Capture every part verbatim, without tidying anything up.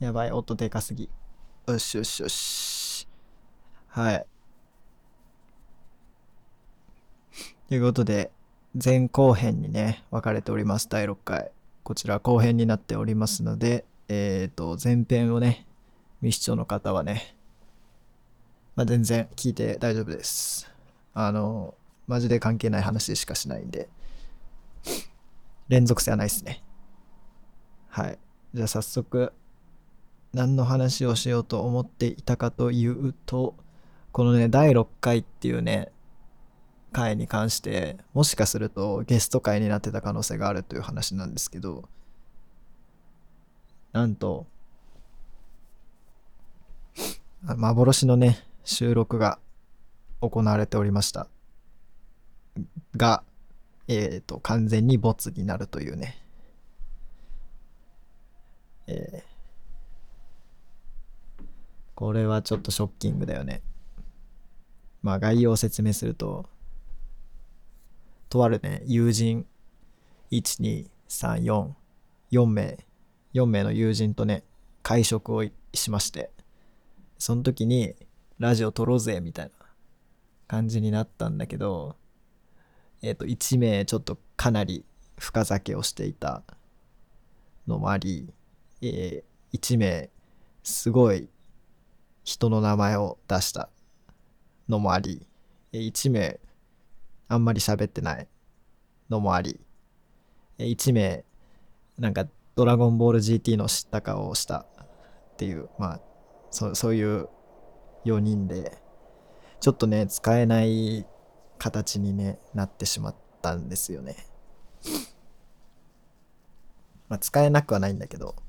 やばい、音でかすぎ。よしよしよし。はい。ということで、前後編にね、分かれております。だいろっかい。こちら後編になっておりますので、えっ、と、前編をね、未視聴の方はね、まあ、全然聞いて大丈夫です。あの、マジで関係ない話しかしないんで、連続性はないですね。はい。じゃあ早速、何の話をしようと思っていたかというと、このね、だいろっかいっていうね、回に関して、もしかするとゲスト回になってた可能性があるという話なんですけど、なんと、幻のね、収録が行われておりましたが、えっ、と、完全にボツになるというね、えーこれはちょっとショッキングだよね。まあ概要を説明すると、とあるね、友人、いち、に、さん、よん、よん名、よん名の友人とね、会食をしまして、その時に、ラジオ撮ろうぜ、みたいな感じになったんだけど、えっ、と、いち名ちょっとかなり深酒をしていたのもあり、えー、いち名すごい人の名前を出したのもあり、いち名あんまり喋ってないのもあり、いち名なんかドラゴンボール ジーティー の知った顔をしたっていう、まあ、そそういうよにんで、ちょっとね、使えない形に、ね、なってしまったんですよね。まあ、使えなくはないんだけど、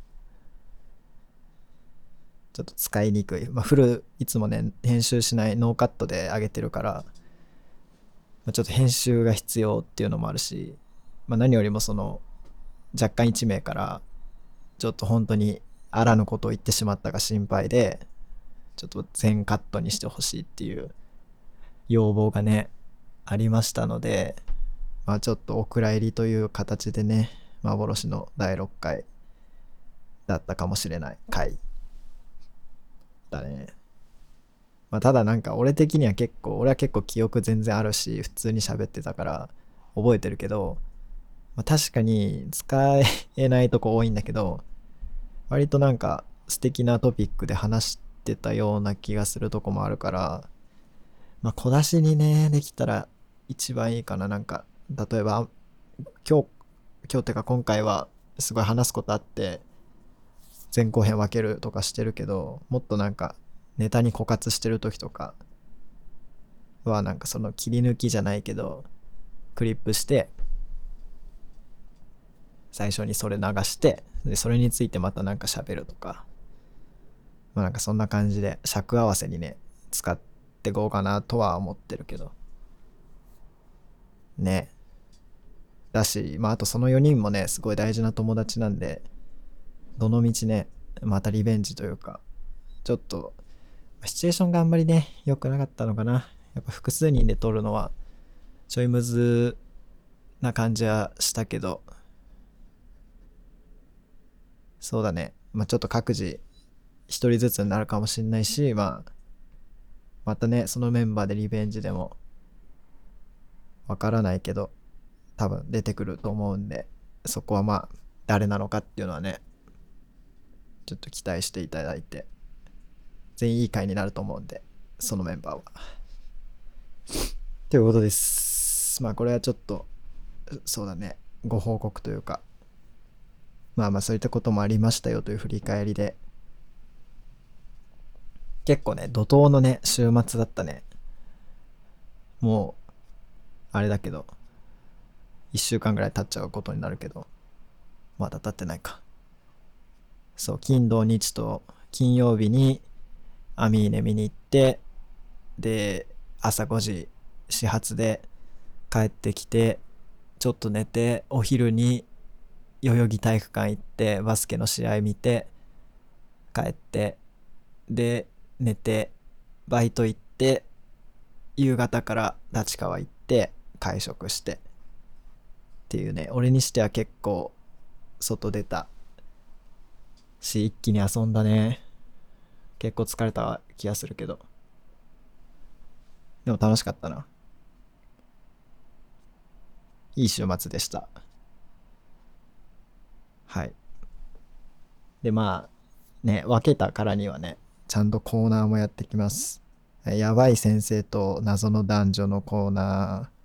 ちょっと使いにくい。まあ、フル、いつもね、編集しないノーカットで上げてるから、まあ、ちょっと編集が必要っていうのもあるし、まあ、何よりもその、若干いち名から、ちょっと本当にあらぬことを言ってしまったが心配で、ちょっと全カットにしてほしいっていう要望がね、ありましたので、まあちょっとお蔵入りという形でね、幻のだいろっかいだったかもしれない回だね。まあただなんか俺的には結構、俺は結構記憶全然あるし、普通に喋ってたから覚えてるけど、まあ、確かに使えないとこ多いんだけど、割となんか素敵なトピックで話してたような気がするとこもあるから、まあ小出しにね、できたら一番いいかな。なんか、例えば、今日、今日ってか今回はすごい話すことあって、前後編分けるとかしてるけど、もっとなんかネタに枯渇してる時とかはなんかその切り抜きじゃないけど、クリップして、最初にそれ流して、で、それについてまたなんか喋るとか、まあなんかそんな感じで尺合わせにね、使っていこうかなとは思ってるけど、ね。だし、まああとそのよにんもね、すごい大事な友達なんで、どのみちね、またリベンジというか、ちょっと、シチュエーションがあんまりね、良くなかったのかな。やっぱ複数人で撮るのは、ちょいむずな感じはしたけど、そうだね。まあちょっと各自、一人ずつになるかもしんないし、まあ、またね、そのメンバーでリベンジでも、わからないけど、多分出てくると思うんで、そこはまあ、誰なのかっていうのはね、ちょっと期待していただいて、全員いい回になると思うんで、そのメンバーは。ということです。まあこれはちょっと、そうだね、ご報告というか、まあまあそういったこともありましたよという振り返りで、結構ね、怒涛のね、週末だったね。もう、あれだけど、いっしゅうかんぐらい経っちゃうことになるけど、まだ経ってないか。そう、金土日と金曜日にアミーネ見に行って、で、朝ごじ始発で帰ってきて、ちょっと寝て、お昼に代々木体育館行って、バスケの試合見て、帰って、で、寝て、バイト行って、夕方から立川行って、会食してっていうね、俺にしては結構外出た年一気に遊んだね。結構疲れた気がするけど。でも楽しかったな。いい週末でした。はい。で、まあ、ね、分けたからにはね、ちゃんとコーナーもやってきます。やばい先生と謎の男女のコーナー。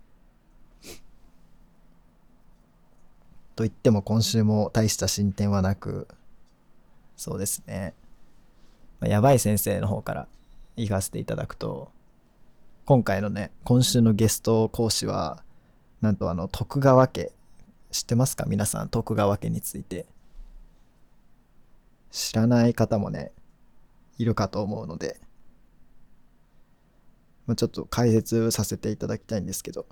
と言っても今週も大した進展はなく、そうですね。まあやばい先生の方から言わせていただくと、今回のね、今週のゲスト講師は、なんとあの、徳川家、知ってますか皆さん、徳川家について。知らない方もね、いるかと思うので、まあ、ちょっと解説させていただきたいんですけど。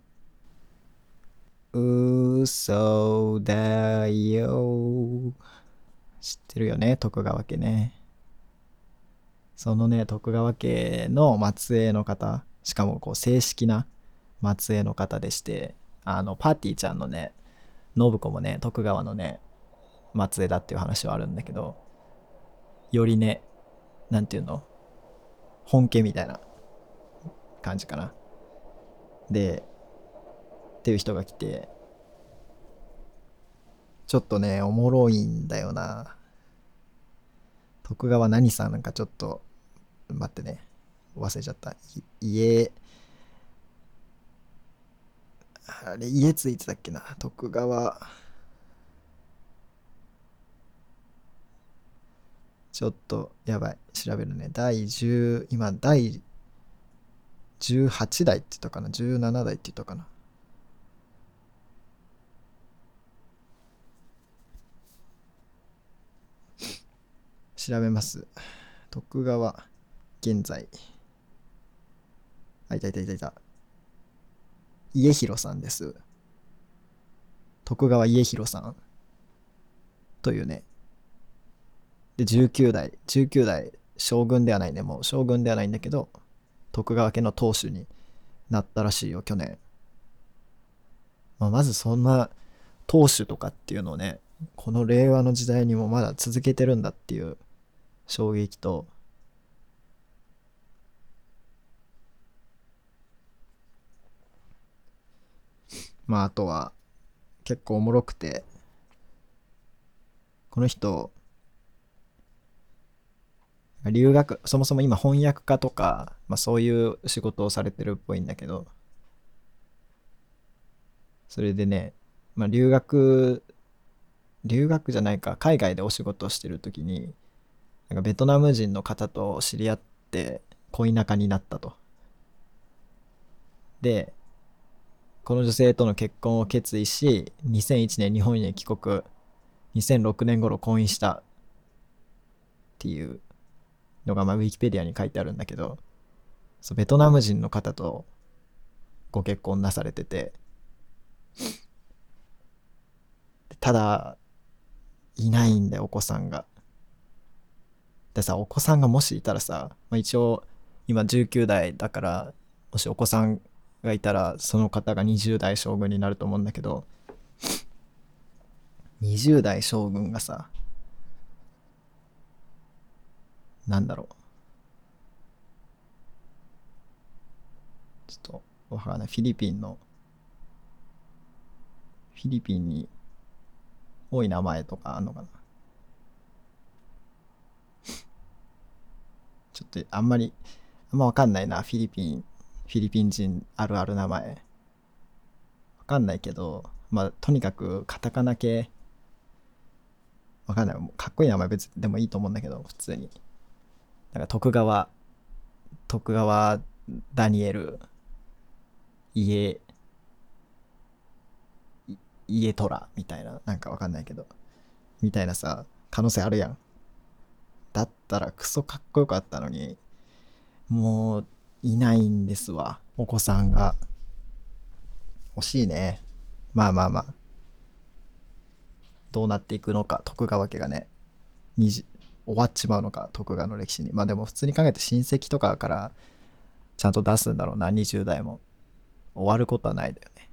うそだよ。知ってるよね、徳川家ね。そのね、徳川家の末裔の方、しかもこう正式な末裔の方でして、あの、パーティーちゃんのね、信子もね、徳川のね、末裔だっていう話はあるんだけど、よりね、なんていうの、本家みたいな感じかな。で、っていう人が来て、ちょっとね、おもろいんだよな。徳川何さんなんかちょっと、待ってね、忘れちゃった。家、あれ、家ついてたっけな。徳川、ちょっと、やばい。調べるね。第じゅう、今、第じゅうはち代って言ったかな。じゅうなな代って言ったかな。調べます。徳川、現在。あ、いたいたいたいた。家広さんです。徳川家広さんというね。で、じゅうきゅう代、じゅうきゅう代、将軍ではないね。もう将軍ではないんだけど、徳川家の当主になったらしいよ、去年。まあ、まずそんな当主とかっていうのをね、この令和の時代にもまだ続けてるんだっていう衝撃と、まああとは結構おもろくて、この人、留学、そもそも今翻訳家とか、まあそういう仕事をされてるっぽいんだけど、それでね、まあ留学、留学じゃないか、海外でお仕事をしてる時に、なんかベトナム人の方と知り合って恋仲になったと。で、この女性との結婚を決意し、にせんいちねん日本に帰国、にせんろくねん頃婚姻したっていうのが、まあ、ウィキペディアに書いてあるんだけど、そうベトナム人の方とご結婚なされてて、ただ、いないんだよ、お子さんが。でさ、お子さんがもしいたらさ、まあ、一応、今じゅうきゅう代だから、もしお子さんがいたら、その方がにじゅう代将軍になると思うんだけど、にじゅう代将軍がさ、なんだろう。ちょっと、わからない。フィリピンの、フィリピンに多い名前とかあんのかな。ちょっとあんまり、あんまわかんないな。フィリピン、フィリピン人あるある名前。わかんないけど、まあ、とにかくカタカナ系、わかんない。かっこいい名前別でもいいと思うんだけど、普通に。なんか徳川、徳川ダニエル、家、家虎みたいな、なんかわかんないけど、みたいなさ、可能性あるやん。だったらクソかっこよかったのに、もういないんですわ。お子さんが。欲しいね。まあまあまあ。どうなっていくのか、徳川家がね、にじ終わっちまうのか、徳川の歴史に。まあでも普通に考えて親戚とかからちゃんと出すんだろうな、にじゅう代も。終わることはないだよね。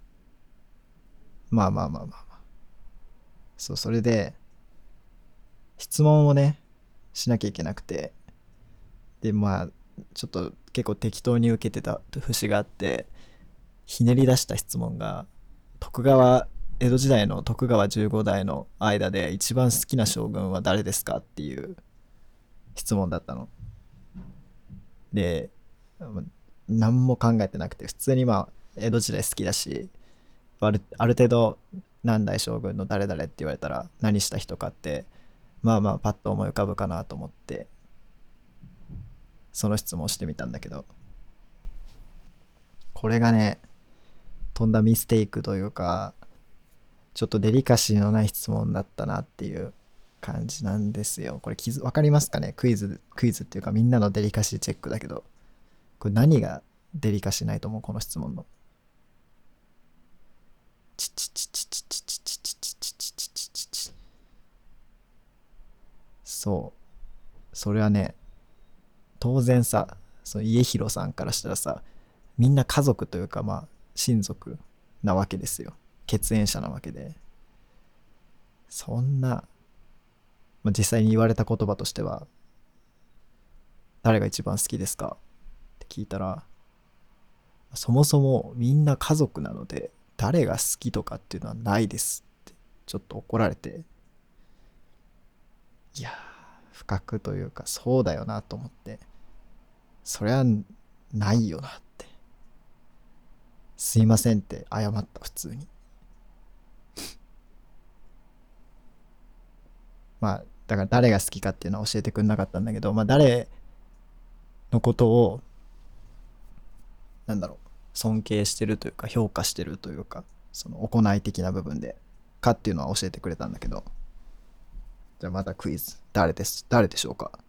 まあまあまあまあまあ。そう、それで、 質問をねしなきゃいけなくて、でまあちょっと結構適当に受けてた節があって、ひねり出した質問が、徳川江戸時代の徳川じゅうご代の間で一番好きな将軍は誰ですかっていう質問だったので、何も考えてなくて、普通にまあ江戸時代好きだし、あるある程度何代将軍の誰々って言われたら何した人かってまあまあパッと思い浮かぶかなと思って、その質問をしてみたんだけど、これがねとんだミステイクというか、ちょっとデリカシーのない質問だったなっていう感じなんですよ。これ気づわかりますかね。クイズクイズっていうかみんなのデリカシーチェックだけど、これ何がデリカシーないと思う、この質問の。チチチチチチチチチチチチチチチチ、そうそれはね、当然さ、その家広さんからしたらさ、みんな家族というかまあ親族なわけですよ。血縁者なわけで、そんな、まあ、実際に言われた言葉としては、誰が一番好きですかって聞いたら、そもそもみんな家族なので誰が好きとかっていうのはないですってちょっと怒られて、いやー、深くというかそうだよなと思って、そりゃないよなって、すいませんって謝った、普通に。まあだから誰が好きかっていうのは教えてくれなかったんだけど、まあ誰のことをなんだろう、尊敬してるというか評価してるというか、その行い的な部分でかっていうのは教えてくれたんだけど、じゃあまたクイズ、誰です誰でしょうか。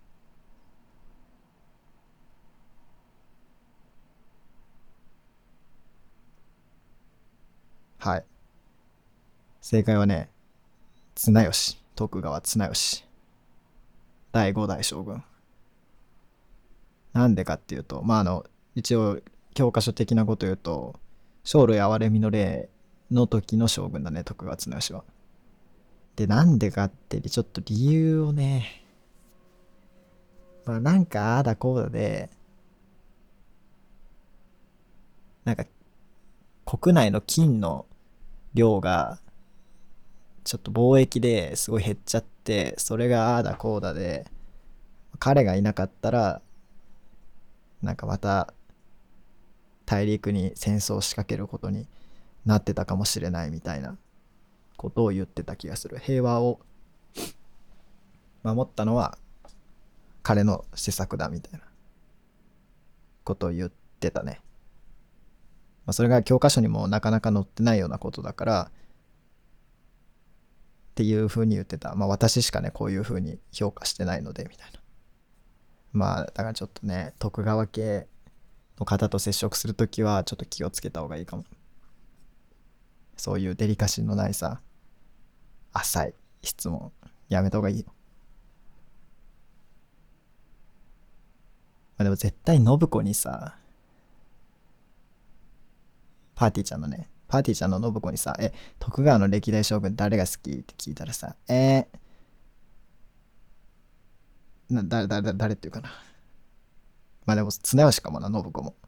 はい、正解はね、綱吉、徳川綱吉、だいご代将軍。なんでかっていうと、まああの一応教科書的なこと言うと、生類憐れみの令の時の将軍だね、徳川綱吉は。でなんでかってちょっと理由をね、まあなんかああだこうだで、なんか国内の金の量がちょっと貿易ですごい減っちゃって、それがああだこうだで、彼がいなかったらなんかまた大陸に戦争を仕掛けることになってたかもしれないみたいなことを言ってた気がする。平和を守ったのは彼の施策だみたいなことを言ってたね。まあ、それが教科書にもなかなか載ってないようなことだからっていう風に言ってた。まあ私しかねこういう風に評価してないのでみたいな。まあだからちょっとね、徳川系の方と接触するときはちょっと気をつけた方がいいかも。そういうデリカシーのないさ、浅い質問やめた方がいいよ。まあ、でも絶対信子にさ、パーティーちゃんのね、パーティーちゃんの信子にさ、え、徳川の歴代将軍誰が好きって聞いたらさ、えー、な、誰、誰、誰っていうかな。まあでも、綱吉かもな、信子も。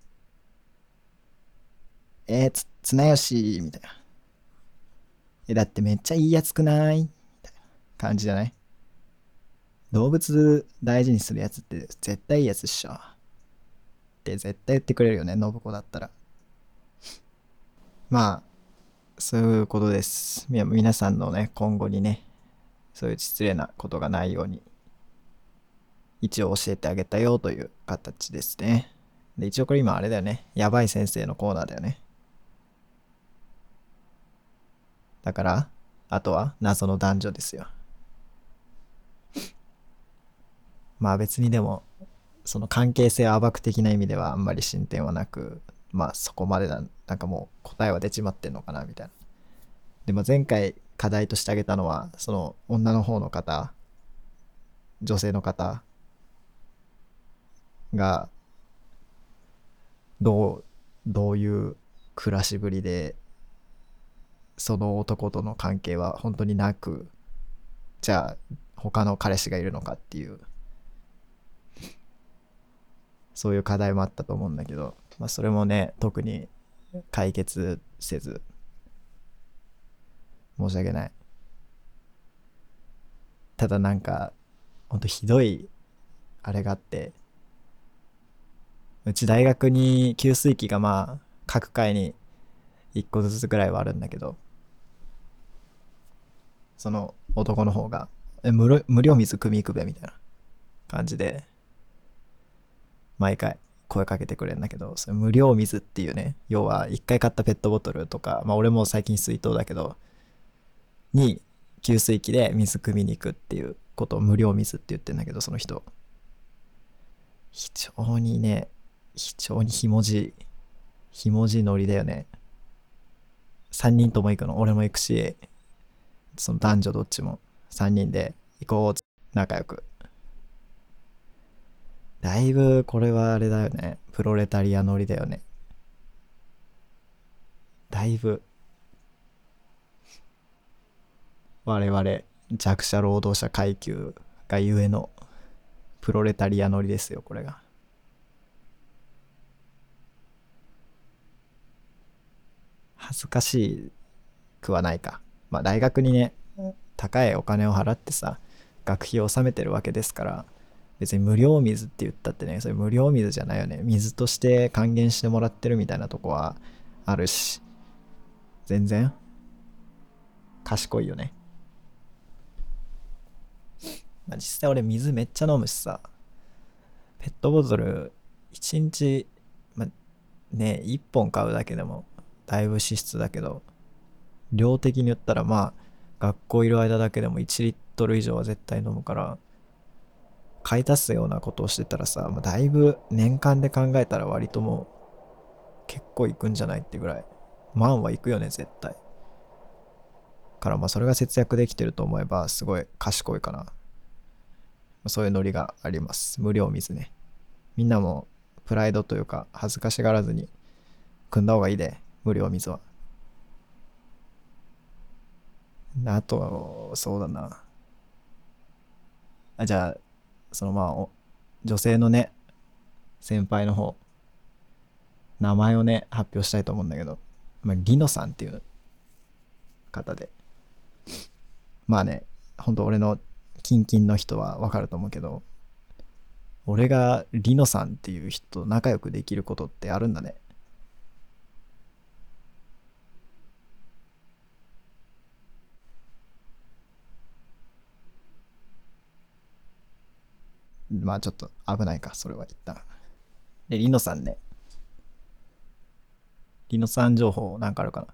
えー、つ、綱吉みたいな。え、だってめっちゃいいやつくないみたいな感じじゃない？動物大事にするやつって絶対いいやつっしょ。って絶対言ってくれるよね、信子だったら。まあ、そういうことです。み皆さんのね、今後にね、そういう失礼なことがないように、一応教えてあげたよという形ですね。で、一応これ今あれだよね。やばい先生のコーナーだよね。だから、あとは謎の男女ですよ。まあ別にでも、その関係性を暴く的な意味ではあんまり進展はなく、まあそこまでだ、なんかもう答えは出ちまってんのかなみたいな。でも前回課題としてあげたのは、その女の方の方、女性の方がどう、どういう暮らしぶりで、その男との関係は本当になく、 じゃあ他の彼氏がいるのかっていう、そういう課題もあったと思うんだけど、まあ、それもね特に解決せず、申し訳ない。ただなんかほんとひどいあれがあって、うち大学に給水器がまあ各階にいっこずつぐらいはあるんだけど、その男の方がえ無料無料水汲み行くべみたいな感じで毎回声かけてくれるんだけど、それ無料水っていうね、要はいっかい買ったペットボトルとか、まあ俺も最近水筒だけどに給水器で水汲みに行くっていうことを無料水って言ってんだけど、その人非常にね、非常にひもじいひもじいノリだよね。さんにんとも行くの、俺も行くし、その男女どっちもさんにんで行こう、仲良く。だいぶこれはあれだよね、プロレタリアノリだよね。だいぶ我々弱者労働者階級がゆえのプロレタリアノリですよ、これが。恥ずかしくはないか。まあ大学にね、高いお金を払ってさ、学費を納めてるわけですから、別に無料水って言ったってね、それ無料水じゃないよね。水として還元してもらってるみたいなとこはあるし、全然賢いよね。まあ、実際俺水めっちゃ飲むしさ、ペットボトルいちにち、まあ、ね、いっぽん買うだけでもだいぶ支出だけど、量的に言ったらまあ、学校いる間だけでもいちリットル以上は絶対飲むから、買い足すようなことをしてたらさ、まあ、だいぶ年間で考えたら割ともう結構いくんじゃないってぐらい。万はいくよね、絶対。からまあそれが節約できてると思えばすごい賢いかな。そういうノリがあります。無料水ね。みんなもプライドというか恥ずかしがらずに汲んだ方がいいで、無料水は。あと、そうだな。あ、じゃあ、そのまあ、お女性のね、先輩の方、名前をね、発表したいと思うんだけど、まあ、リノさんっていう方で、まあね、ほんと俺のキンキンの人はわかると思うけど、俺がリノさんっていう人と仲良くできることってあるんだね。まあちょっと危ないか、それは一旦。で、リノさんね、リノさん情報なんかあるかな。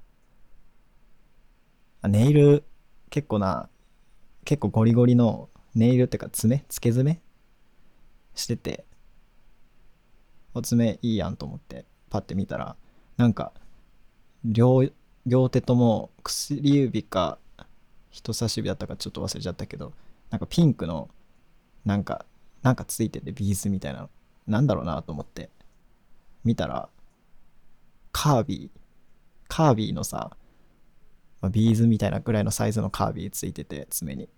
あ、ネイル、結構な、結構ゴリゴリのネイルってか爪、つけ爪してて、お爪いいやんと思ってパッて見たら、なんか両両手とも薬指か人差し指だったかちょっと忘れちゃったけど、なんかピンクのなんかなんかついてて、ビーズみたいなのなんだろうなと思って見たら、カービィカービィのさ、まあ、ビーズみたいなぐらいのサイズのカービィついてて、爪に。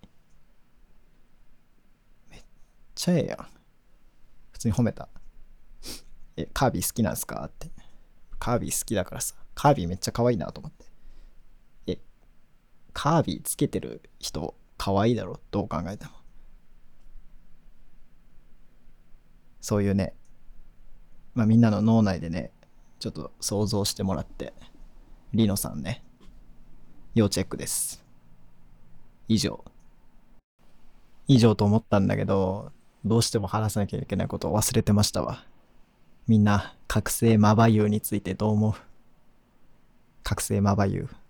めっちゃええやん。普通に褒めた。え、カービィ好きなんすかって。カービィ好きだからさ、カービィめっちゃ可愛いなと思って。え、カービィつけてる人可愛いだろ、どう考えても。そういうね、まあ、みんなの脳内でね、ちょっと想像してもらって、リノさんね、要チェックです。以上。以上と思ったんだけど、どうしても話さなきゃいけないことを忘れてましたわ。みんな、覚醒まばゆうについてどう思う？覚醒まばゆう。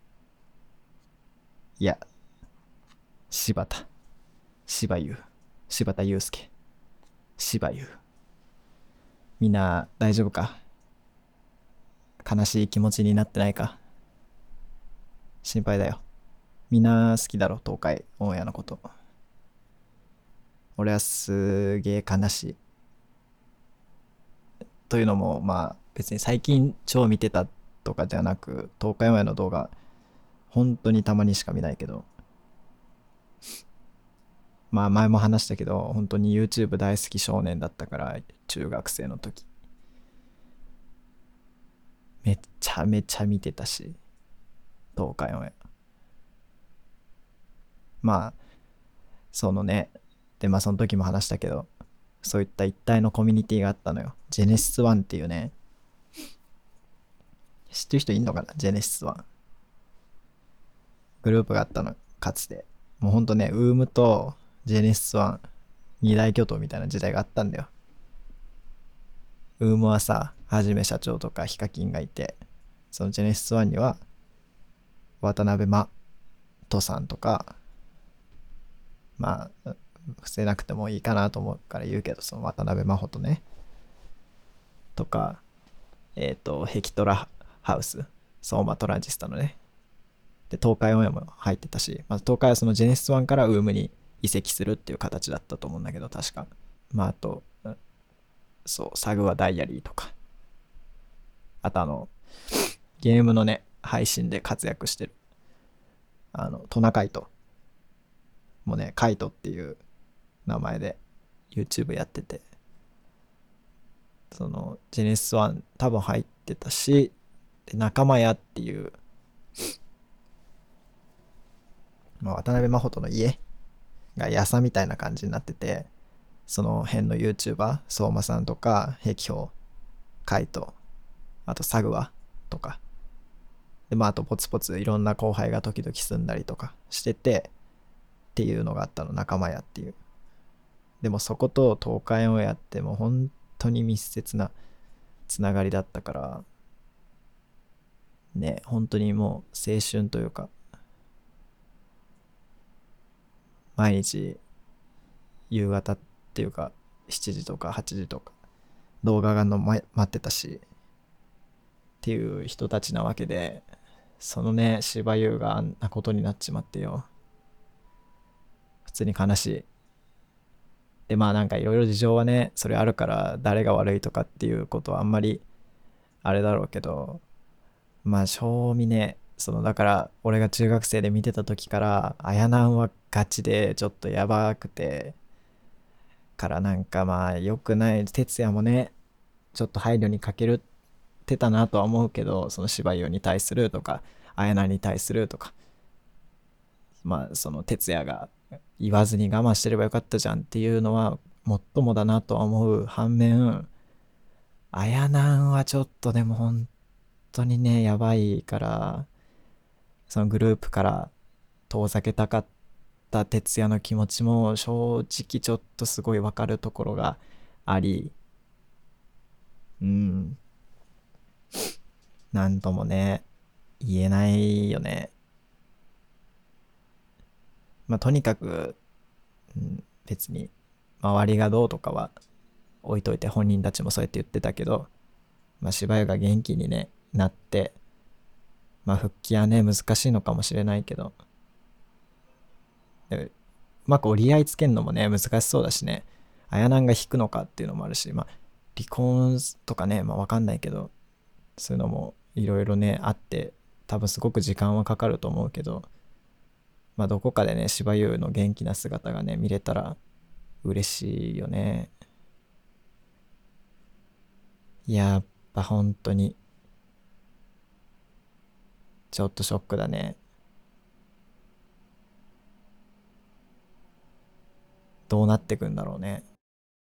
いや、柴田。柴優。柴田祐介。柴優。みんな、大丈夫か？悲しい気持ちになってないか？心配だよ。みんな好きだろ、東海オンエアのこと。俺はすげえ悲しい。というのも、まあ、別に最近超見てたとかじゃなく、東海オンエアの動画、本当にたまにしか見ないけど、 まあ前も話したけど、本当に YouTube 大好き少年だったから、中学生の時。めっちゃめちゃ見てたし、東海オンエア。まあ、そのね、で、まあその時も話したけど、そういった一体のコミュニティがあったのよ。ジェネシスワンっていうね、知ってる人いんのかな、ジェネシスワン。グループがあったの、かつて。もうほんとね、ウームとジェネシスワン、二大巨頭みたいな時代があったんだよ。ウームはさ、はじめ社長とかヒカキンがいて、そのジェネシスワンには、渡辺真人さんとか、まあ、伏せなくてもいいかなと思うから言うけど、その渡辺真帆とね、とか、えっ、と、ヘキトラハウス、相馬トランジスタのね、で、東海オンエアも入ってたし、まあ、東海はそのジェネシスワンからウームに移籍するっていう形だったと思うんだけど、確か。まあ、あと、そう、サグワダイアリーとか、あとあの、ゲームのね、配信で活躍してる、あの、トナカイトもね、カイトっていう名前で YouTube やってて、その、ジェネシスワン多分入ってたし、で仲間やっていう、まあ、渡辺真帆との家がやさみたいな感じになってて、その辺の YouTuber、相馬さんとか、ヘキホ、カイト、あとサグワとか、で、まあ、あとポツポツいろんな後輩が時々住んだりとかしてて、っていうのがあったの、仲間やっていう。でもそこと東海オンエアってもう本当に密接なつながりだったから、ね、本当にもう青春というか、毎日夕方っていうか、しちじとかはちじとか、動画がの、ま、待ってたし、っていう人たちなわけで、そのね、芝優があんなことになっちまってよ。普通に悲しい。で、まあなんかいろいろ事情はね、それあるから誰が悪いとかっていうことはあんまりあれだろうけど、まあ正味ね、そのだから俺が中学生で見てた時から、あやなんはガチでちょっとやばくて、からなんかまあ良くない、哲也もね、ちょっと配慮に欠けるってたなとは思うけど、その芝居に対するとか、あやなに対するとか、まあその哲也が言わずに我慢してればよかったじゃんっていうのはもっともだなとは思う反面、あやなんはちょっとでも本当にねやばいから、そのグループから遠ざけたかった哲也の気持ちも正直ちょっとすごいわかるところがあり、うん、なんともね言えないよね。まあとにかく、うん、別に周りがどうとかは置いといて、本人たちもそうやって言ってたけど、まあ、芝居が元気に、ね、なって、まあ、復帰はね難しいのかもしれないけど、うまく折り合いつけるのもね難しそうだしね、あやなんが引くのかっていうのもあるし、まあ、離婚とかね、まあ、分かんないけど、そういうのもいろいろねあって、多分すごく時間はかかると思うけど、まあ、どこかでね芝優の元気な姿がね見れたら嬉しいよね。やっぱ本当にちょっとショックだね。どうなってくんだろうね。